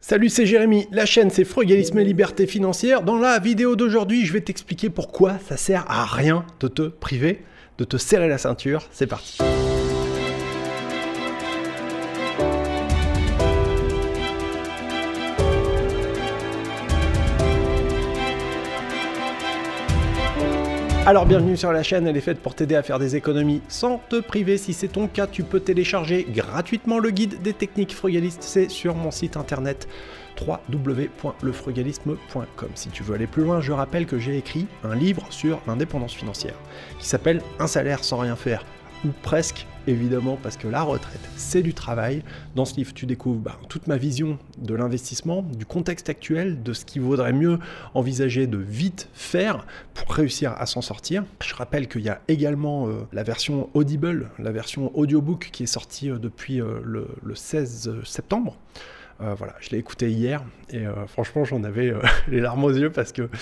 Salut, c'est Jérémy, la chaîne c'est Frugalisme et Liberté Financière. Dans la vidéo d'aujourd'hui, je vais t'expliquer pourquoi ça sert à rien de te priver, de te serrer la ceinture. C'est parti. Alors bienvenue sur la chaîne, elle est faite pour t'aider à faire des économies sans te priver. Si c'est ton cas, tu peux télécharger gratuitement le guide des techniques frugalistes. C'est sur mon site internet www.lefrugalisme.com. Si tu veux aller plus loin, je rappelle que j'ai écrit un livre sur l'indépendance financière qui s'appelle Un salaire sans rien faire, ou presque, évidemment, parce que la retraite, c'est du travail. Dans ce livre, tu découvres toute ma vision de l'investissement, du contexte actuel, de ce qu'il vaudrait mieux envisager de vite faire pour réussir à s'en sortir. Je rappelle qu'il y a également la version Audible, la version audiobook qui est sortie depuis le 16 septembre. Voilà, je l'ai écouté hier et franchement j'en avais les larmes aux yeux parce que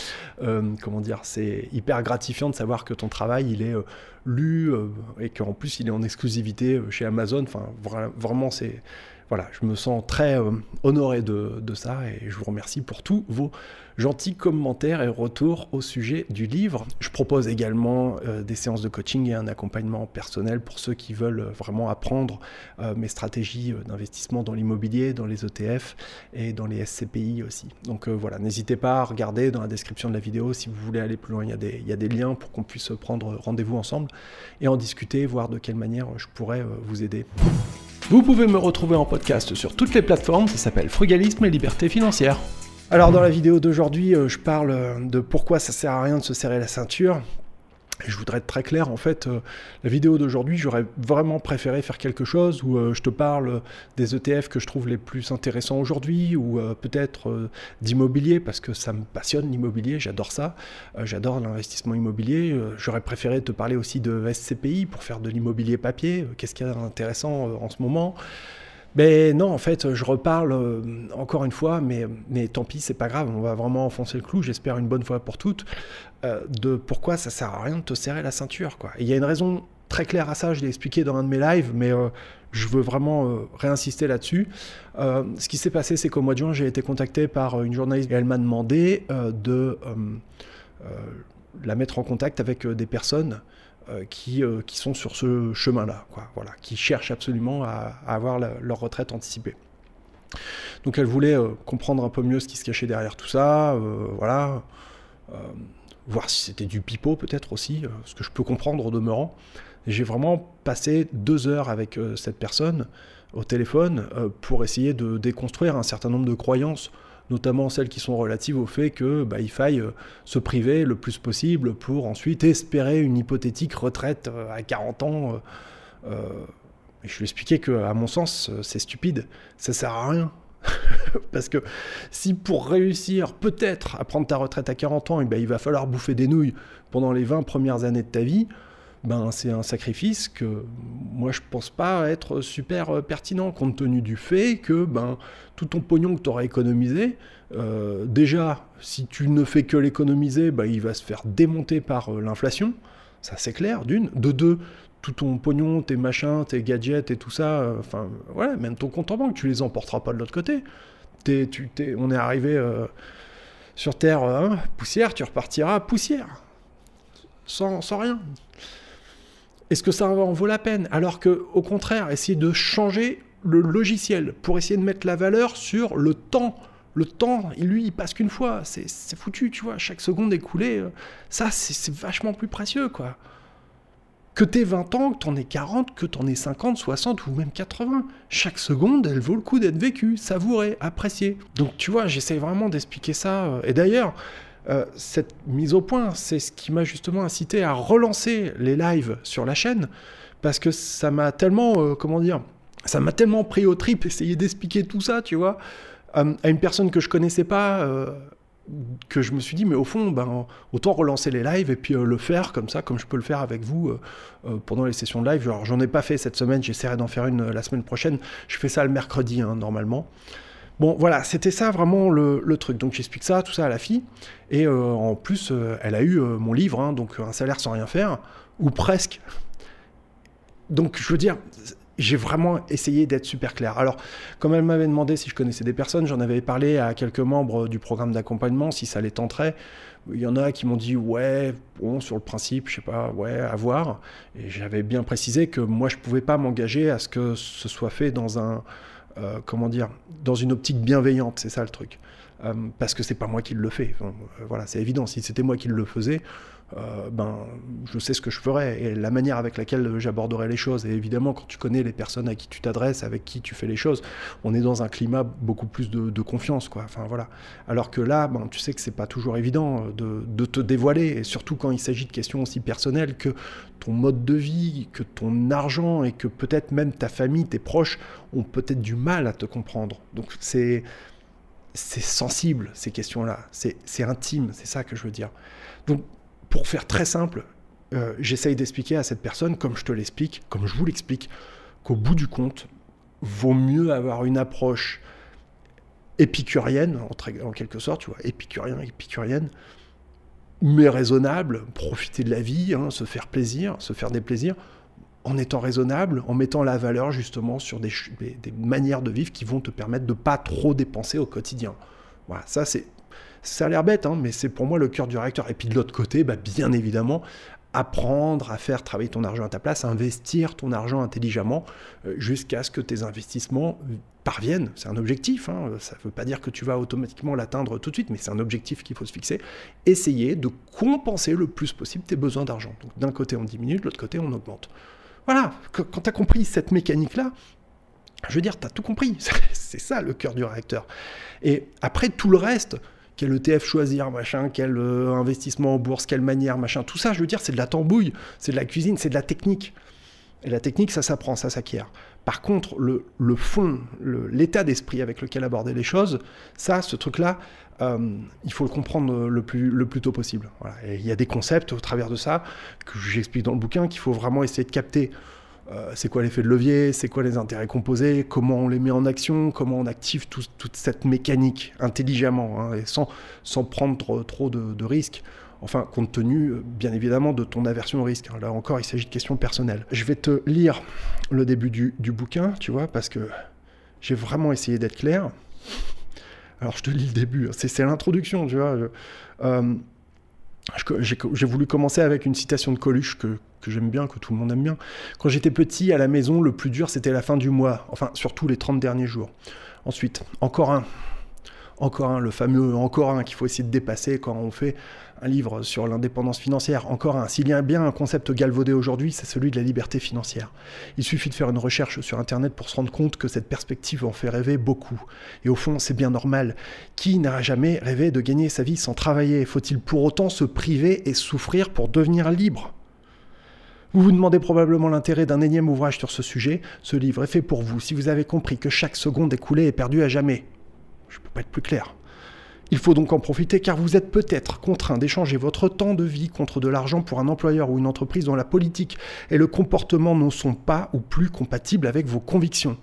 c'est hyper gratifiant de savoir que ton travail il est lu et qu'en plus il est en exclusivité chez Amazon. Enfin vraiment c'est voilà, je me sens très honoré de ça et je vous remercie pour tous vos gentils commentaires et retours au sujet du livre. Je propose également des séances de coaching et un accompagnement personnel pour ceux qui veulent vraiment apprendre mes stratégies d'investissement dans l'immobilier, dans les ETF et dans les SCPI aussi. Donc voilà, n'hésitez pas à regarder dans la description de la vidéo si vous voulez aller plus loin. Il y a des liens pour qu'on puisse prendre rendez-vous ensemble et en discuter, voir de quelle manière je pourrais vous aider. Vous pouvez me retrouver en podcast sur toutes les plateformes, ça s'appelle Frugalisme et Liberté Financière. Alors dans la vidéo d'aujourd'hui, je parle de pourquoi ça sert à rien de se serrer la ceinture. Et je voudrais être très clair, en fait, la vidéo d'aujourd'hui, j'aurais vraiment préféré faire quelque chose où je te parle des ETF que je trouve les plus intéressants aujourd'hui, ou peut-être d'immobilier, parce que ça me passionne l'immobilier, j'adore ça, j'adore l'investissement immobilier. J'aurais préféré te parler aussi de SCPI pour faire de l'immobilier papier, qu'est-ce qu'il y a d'intéressant en ce moment. Mais non, en fait, je reparle encore une fois, mais tant pis, c'est pas grave, on va vraiment enfoncer le clou, j'espère une bonne fois pour toutes, de pourquoi ça sert à rien de te serrer la ceinture, quoi. Et il y a une raison très claire à ça, je l'ai expliqué dans un de mes lives, mais je veux vraiment réinsister là-dessus. Ce qui s'est passé, c'est qu'au mois de juin, j'ai été contacté par une journaliste et elle m'a demandé de la mettre en contact avec des personnes qui sont sur ce chemin-là, quoi, voilà, qui cherchent absolument à avoir leur retraite anticipée. Donc elle voulait comprendre un peu mieux ce qui se cachait derrière tout ça, voilà, voir si c'était du pipeau peut-être aussi, ce que je peux comprendre au demeurant. Et j'ai vraiment passé 2 heures avec cette personne au téléphone pour essayer de déconstruire un certain nombre de croyances, notamment celles qui sont relatives au fait que il faille se priver le plus possible pour ensuite espérer une hypothétique retraite à 40 ans. Et je lui expliquais qu'à mon sens, c'est stupide, ça sert à rien. Parce que si pour réussir peut-être à prendre ta retraite à 40 ans, il va falloir bouffer des nouilles pendant les 20 premières années de ta vie, c'est un sacrifice que moi je pense pas être super pertinent compte tenu du fait que tout ton pognon que tu auras économisé, déjà si tu ne fais que l'économiser, il va se faire démonter par l'inflation, ça c'est clair, d'une. De deux, tout ton pognon, tes machins, tes gadgets et tout ça, voilà, même ton compte en banque, tu les emporteras pas de l'autre côté. On est arrivé sur Terre poussière, tu repartiras poussière, sans rien. Est-ce que ça en vaut la peine? Alors que, au contraire, essayer de changer le logiciel pour essayer de mettre la valeur sur le temps. Le temps, il passe qu'une fois. C'est foutu, tu vois. Chaque seconde écoulée, ça, c'est vachement plus précieux, quoi. Que t'aies 20 ans, que t'en aies 40, que t'en aies 50, 60 ou même 80. Chaque seconde, elle vaut le coup d'être vécue, savourée, appréciée. Donc, tu vois, j'essaie vraiment d'expliquer ça. Et d'ailleurs, cette mise au point, c'est ce qui m'a justement incité à relancer les lives sur la chaîne, parce que ça m'a tellement, ça m'a tellement pris aux tripes, essayer d'expliquer tout ça, tu vois, à une personne que je connaissais pas, que je me suis dit, mais au fond, autant relancer les lives et puis le faire comme ça, comme je peux le faire avec vous pendant les sessions de live. Genre, j'en ai pas fait cette semaine, j'essaierai d'en faire une la semaine prochaine, je fais ça le mercredi, normalement. Bon, voilà, c'était ça vraiment le truc. Donc j'explique ça, tout ça à la fille. Et en plus, elle a eu mon livre, donc Un salaire sans rien faire, ou presque. Donc je veux dire, j'ai vraiment essayé d'être super clair. Alors, comme elle m'avait demandé si je connaissais des personnes, j'en avais parlé à quelques membres du programme d'accompagnement, si ça les tenterait. Il y en a qui m'ont dit, ouais, bon, sur le principe, je sais pas, ouais, à voir. Et j'avais bien précisé que moi, je pouvais pas m'engager à ce que ce soit fait dans dans une optique bienveillante, c'est ça le truc. Parce que c'est pas moi qui le fais. Enfin, voilà, c'est évident. Si c'était moi qui le faisais, je sais ce que je ferais et la manière avec laquelle j'aborderais les choses. Et évidemment, quand tu connais les personnes à qui tu t'adresses, avec qui tu fais les choses, on est dans un climat beaucoup plus de confiance, quoi. Enfin voilà. Alors que là, tu sais que c'est pas toujours évident de te dévoiler, et surtout quand il s'agit de questions aussi personnelles que ton mode de vie, que ton argent et que peut-être même ta famille, tes proches ont peut-être du mal à te comprendre. Donc c'est sensible, ces questions-là. C'est intime, c'est ça que je veux dire. Donc, pour faire très simple, j'essaye d'expliquer à cette personne, comme je te l'explique, comme je vous l'explique, qu'au bout du compte, vaut mieux avoir une approche épicurienne, en quelque sorte, tu vois, épicurienne, mais raisonnable, profiter de la vie, se faire plaisir, se faire des plaisirs, en étant raisonnable, en mettant la valeur justement sur des manières de vivre qui vont te permettre de ne pas trop dépenser au quotidien. Voilà, ça a l'air bête, mais c'est pour moi le cœur du réacteur. Et puis de l'autre côté, bien évidemment, apprendre à faire travailler ton argent à ta place, investir ton argent intelligemment jusqu'à ce que tes investissements parviennent. C'est un objectif, ça ne veut pas dire que tu vas automatiquement l'atteindre tout de suite, mais c'est un objectif qu'il faut se fixer. Essayer de compenser le plus possible tes besoins d'argent. Donc d'un côté on diminue, de l'autre côté on augmente. Voilà, quand tu as compris cette mécanique-là, je veux dire, tu as tout compris. C'est ça le cœur du réacteur. Et après, tout le reste, quel ETF choisir, machin, quel investissement en bourse, quelle manière, machin, tout ça, je veux dire, c'est de la tambouille, c'est de la cuisine, c'est de la technique. Et la technique, ça s'apprend, ça s'acquiert. Par contre, le fond, l'état d'esprit avec lequel aborder les choses, ça, ce truc-là, il faut le comprendre le plus tôt possible. Voilà. Et il y a des concepts au travers de ça que j'explique dans le bouquin qu'il faut vraiment essayer de capter. C'est quoi l'effet de levier, c'est quoi les intérêts composés, comment on les met en action, comment on active toute cette mécanique intelligemment, et sans prendre trop de risques. Enfin, compte tenu, bien évidemment, de ton aversion au risque. Là encore, il s'agit de questions personnelles. Je vais te lire le début du bouquin, tu vois, parce que j'ai vraiment essayé d'être clair. Alors, je te lis le début. C'est l'introduction, tu vois. J'ai voulu commencer avec une citation de Coluche que j'aime bien, que tout le monde aime bien. Quand j'étais petit, à la maison, le plus dur, c'était la fin du mois. Enfin, surtout les 30 derniers jours. Ensuite, encore un, le fameux encore un qu'il faut essayer de dépasser quand on fait un livre sur l'indépendance financière. Encore un. S'il y a bien un concept galvaudé aujourd'hui, c'est celui de la liberté financière. Il suffit de faire une recherche sur Internet pour se rendre compte que cette perspective en fait rêver beaucoup. Et au fond, c'est bien normal. Qui n'a jamais rêvé de gagner sa vie sans travailler? Faut-il pour autant se priver et souffrir pour devenir libre? Vous vous demandez probablement l'intérêt d'un énième ouvrage sur ce sujet. Ce livre est fait pour vous, si vous avez compris que chaque seconde écoulée est perdue à jamais. Je ne peux pas être plus clair. Il faut donc en profiter car vous êtes peut-être contraint d'échanger votre temps de vie contre de l'argent pour un employeur ou une entreprise dont la politique et le comportement ne sont pas ou plus compatibles avec vos convictions.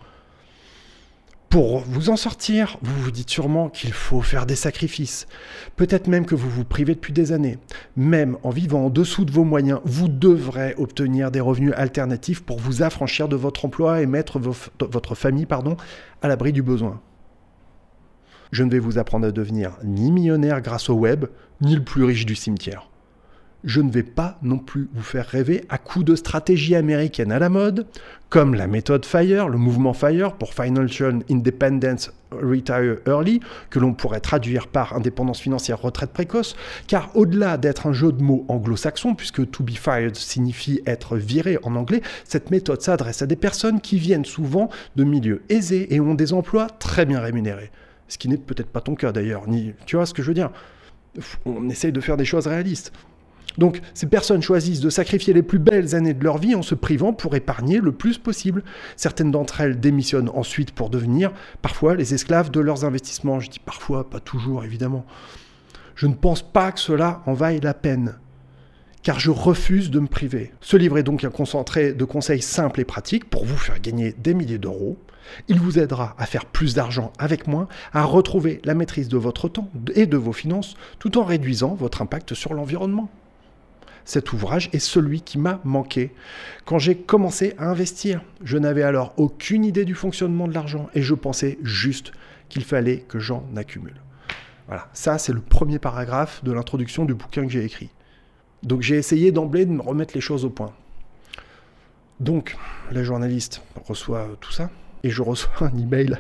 Pour vous en sortir, vous vous dites sûrement qu'il faut faire des sacrifices. Peut-être même que vous vous privez depuis des années. Même en vivant en dessous de vos moyens, vous devrez obtenir des revenus alternatifs pour vous affranchir de votre emploi et mettre votre famille à l'abri du besoin. Je ne vais vous apprendre à devenir ni millionnaire grâce au web, ni le plus riche du cimetière. Je ne vais pas non plus vous faire rêver à coups de stratégie américaine à la mode, comme la méthode FIRE, le mouvement FIRE pour Financial Independence Retire Early, que l'on pourrait traduire par indépendance financière retraite précoce, car au-delà d'être un jeu de mots anglo-saxon, puisque to be fired signifie être viré en anglais, cette méthode s'adresse à des personnes qui viennent souvent de milieux aisés et ont des emplois très bien rémunérés. Ce qui n'est peut-être pas ton cas d'ailleurs, tu vois ce que je veux dire? On essaye de faire des choses réalistes. Donc, ces personnes choisissent de sacrifier les plus belles années de leur vie en se privant pour épargner le plus possible. Certaines d'entre elles démissionnent ensuite pour devenir, parfois, les esclaves de leurs investissements. Je dis parfois, pas toujours, évidemment. Je ne pense pas que cela en vaille la peine, car je refuse de me priver. Ce livre est donc un concentré de conseils simples et pratiques pour vous faire gagner des milliers d'euros. Il vous aidera à faire plus d'argent avec moins, à retrouver la maîtrise de votre temps et de vos finances, tout en réduisant votre impact sur l'environnement. cet ouvrage est celui qui m'a manqué quand j'ai commencé à investir. Je n'avais alors aucune idée du fonctionnement de l'argent et je pensais juste qu'il fallait que j'en accumule. Voilà, ça c'est le premier paragraphe de l'introduction du bouquin que j'ai écrit. Donc j'ai essayé d'emblée de me remettre les choses au point. Donc, la journaliste reçoit tout ça et je reçois un email.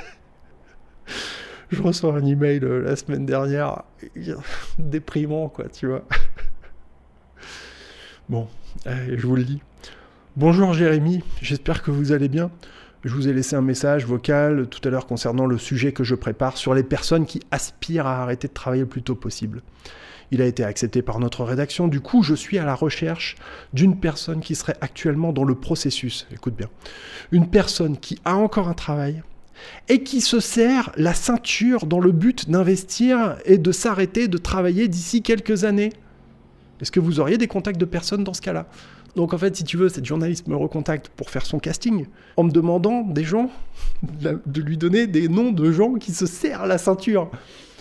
Je reçois un email la semaine dernière, déprimant quoi, tu vois. Bon, je vous le dis. Bonjour Jérémy, j'espère que vous allez bien. Je vous ai laissé un message vocal tout à l'heure concernant le sujet que je prépare sur les personnes qui aspirent à arrêter de travailler le plus tôt possible. Il a été accepté par notre rédaction, du coup je suis à la recherche d'une personne qui serait actuellement dans le processus, écoute bien, une personne qui a encore un travail et qui se serre la ceinture dans le but d'investir et de s'arrêter de travailler d'ici quelques années. Est-ce que vous auriez des contacts de personnes dans ce cas-là ? Donc en fait, si tu veux, cette journaliste me recontacte pour faire son casting en me demandant des gens, de lui donner des noms de gens qui se serrent la ceinture.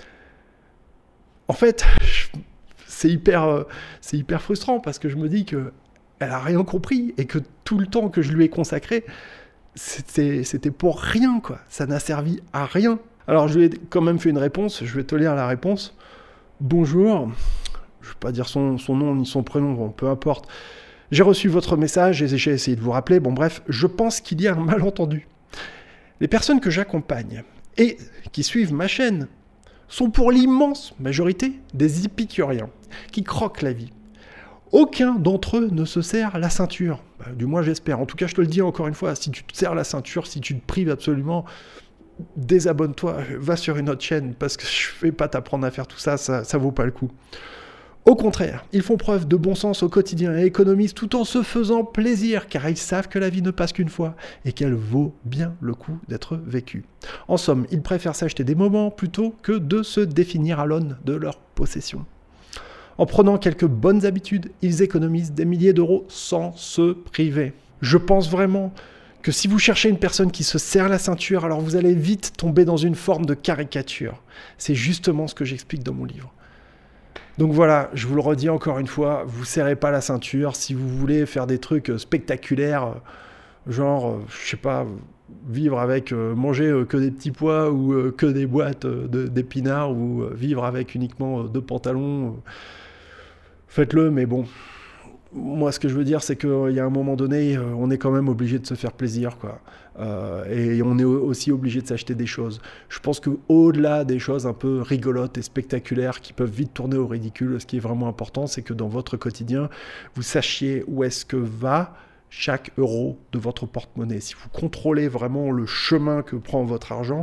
En fait, c'est hyper frustrant parce que je me dis qu'elle n'a rien compris et que tout le temps que je lui ai consacré, c'était pour rien, quoi. Ça n'a servi à rien. Alors je lui ai quand même fait une réponse, je vais te lire la réponse. Bonjour, je ne vais pas dire son nom ni son prénom, bon, peu importe. J'ai reçu votre message et j'ai essayé de vous rappeler. Bon bref, je pense qu'il y a un malentendu. Les personnes que j'accompagne et qui suivent ma chaîne sont pour l'immense majorité des épicuriens qui croquent la vie. Aucun d'entre eux ne se serre la ceinture. Du moins j'espère. En tout cas, je te le dis encore une fois, si tu te serres la ceinture, si tu te prives absolument, désabonne-toi, va sur une autre chaîne parce que je ne vais pas t'apprendre à faire tout ça, ça vaut pas le coup. Au contraire, ils font preuve de bon sens au quotidien et économisent tout en se faisant plaisir, car ils savent que la vie ne passe qu'une fois et qu'elle vaut bien le coup d'être vécue. En somme, ils préfèrent s'acheter des moments plutôt que de se définir à l'aune de leur possession. En prenant quelques bonnes habitudes, ils économisent des milliers d'euros sans se priver. Je pense vraiment que si vous cherchez une personne qui se serre la ceinture, alors vous allez vite tomber dans une forme de caricature. C'est justement ce que j'explique dans mon livre. Donc voilà, je vous le redis encore une fois, vous serrez pas la ceinture si vous voulez faire des trucs spectaculaires, genre, je sais pas, vivre avec, manger que des petits pois ou que des boîtes d'épinards ou vivre avec uniquement 2 pantalons. Faites-le, mais bon, moi ce que je veux dire c'est qu'il y a un moment donné, on est quand même obligé de se faire plaisir, quoi. Et on est aussi obligé de s'acheter des choses. Je pense qu'au-delà des choses un peu rigolotes et spectaculaires qui peuvent vite tourner au ridicule, ce qui est vraiment important, c'est que dans votre quotidien, vous sachiez où est-ce que va chaque euro de votre porte-monnaie. Si vous contrôlez vraiment le chemin que prend votre argent,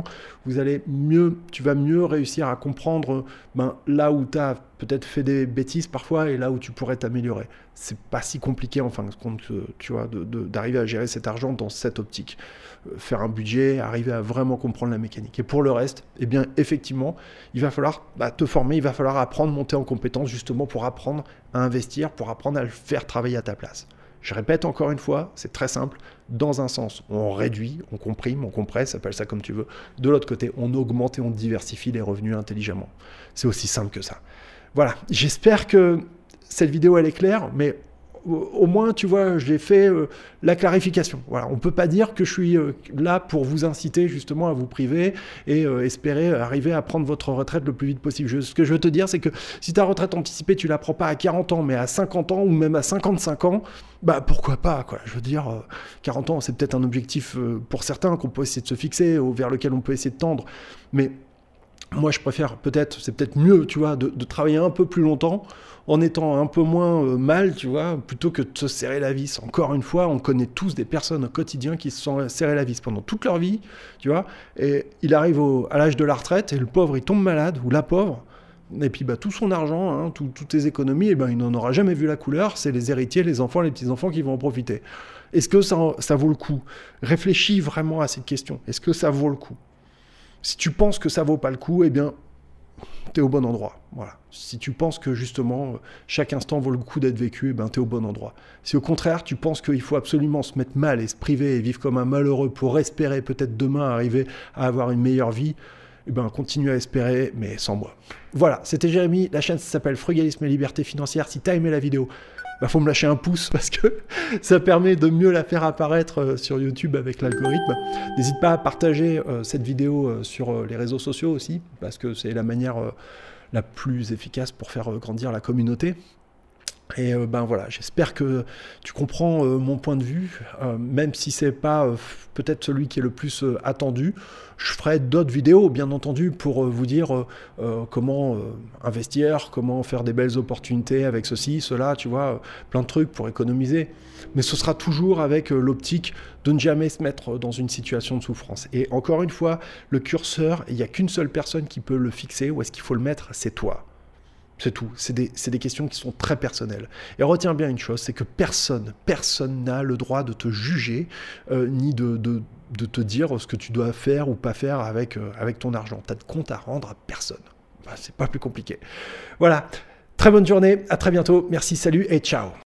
tu vas mieux réussir à comprendre là où tu as peut-être fait des bêtises parfois et là où tu pourrais t'améliorer. C'est pas si compliqué en fin de compte, tu vois, d'arriver à gérer cet argent dans cette optique. Faire un budget, arriver à vraiment comprendre la mécanique. Et pour le reste, eh bien, effectivement, il va falloir te former, il va falloir apprendre, monter en compétences justement pour apprendre à investir, pour apprendre à le faire travailler à ta place. Je répète encore une fois, c'est très simple. Dans un sens, on réduit, on comprime, on compresse, appelle ça comme tu veux. De l'autre côté, on augmente et on diversifie les revenus intelligemment. C'est aussi simple que ça. Voilà, j'espère que cette vidéo, elle est claire, mais au moins, tu vois, j'ai fait la clarification. Voilà, on ne peut pas dire que je suis là pour vous inciter justement à vous priver et espérer arriver à prendre votre retraite le plus vite possible. Ce que je veux te dire, c'est que si ta retraite anticipée, tu ne la prends pas à 40 ans, mais à 50 ans ou même à 55 ans, pourquoi pas, quoi. Je veux dire, 40 ans, c'est peut-être un objectif pour certains qu'on peut essayer de se fixer, vers lequel on peut essayer de tendre, mais moi, je préfère c'est peut-être mieux, tu vois, de travailler un peu plus longtemps en étant un peu moins mal, tu vois, plutôt que de se serrer la vis. Encore une fois, on connaît tous des personnes au quotidien qui se sont serré la vis pendant toute leur vie, tu vois, et il arrive à l'âge de la retraite et le pauvre, il tombe malade, ou la pauvre, et puis tout son argent, toutes ses économies, il n'en aura jamais vu la couleur, c'est les héritiers, les enfants, les petits-enfants qui vont en profiter. Est-ce que ça vaut le coup ? Réfléchis vraiment à cette question. Est-ce que ça vaut le coup ? Si tu penses que ça vaut pas le coup, eh bien, tu es au bon endroit. Voilà. Si tu penses que justement, chaque instant vaut le coup d'être vécu, eh bien, tu es au bon endroit. Si au contraire, tu penses qu'il faut absolument se mettre mal et se priver et vivre comme un malheureux pour espérer peut-être demain arriver à avoir une meilleure vie, eh ben, continue à espérer, mais sans moi. Voilà, c'était Jérémy, la chaîne s'appelle Frugalisme et Liberté Financière. Si tu as aimé la vidéo, bah, faut me lâcher un pouce parce que ça permet de mieux la faire apparaître sur YouTube avec l'algorithme. N'hésite pas à partager cette vidéo sur les réseaux sociaux aussi, parce que c'est la manière la plus efficace pour faire grandir la communauté. Et ben voilà, j'espère que tu comprends mon point de vue, même si c'est pas peut-être celui qui est le plus attendu. Je ferai d'autres vidéos, bien entendu, pour vous dire comment investir, comment faire des belles opportunités avec ceci, cela, tu vois, plein de trucs pour économiser. Mais ce sera toujours avec l'optique de ne jamais se mettre dans une situation de souffrance. Et encore une fois, le curseur, il n'y a qu'une seule personne qui peut le fixer. Où est-ce qu'il faut le mettre? C'est toi. C'est tout. C'est des questions qui sont très personnelles. Et retiens bien une chose, c'est que personne n'a le droit de te juger, ni de te dire ce que tu dois faire ou pas faire avec ton argent. Tu as de compte à rendre à personne. Ben, c'est pas plus compliqué. Voilà. Très bonne journée. À très bientôt. Merci, salut et ciao.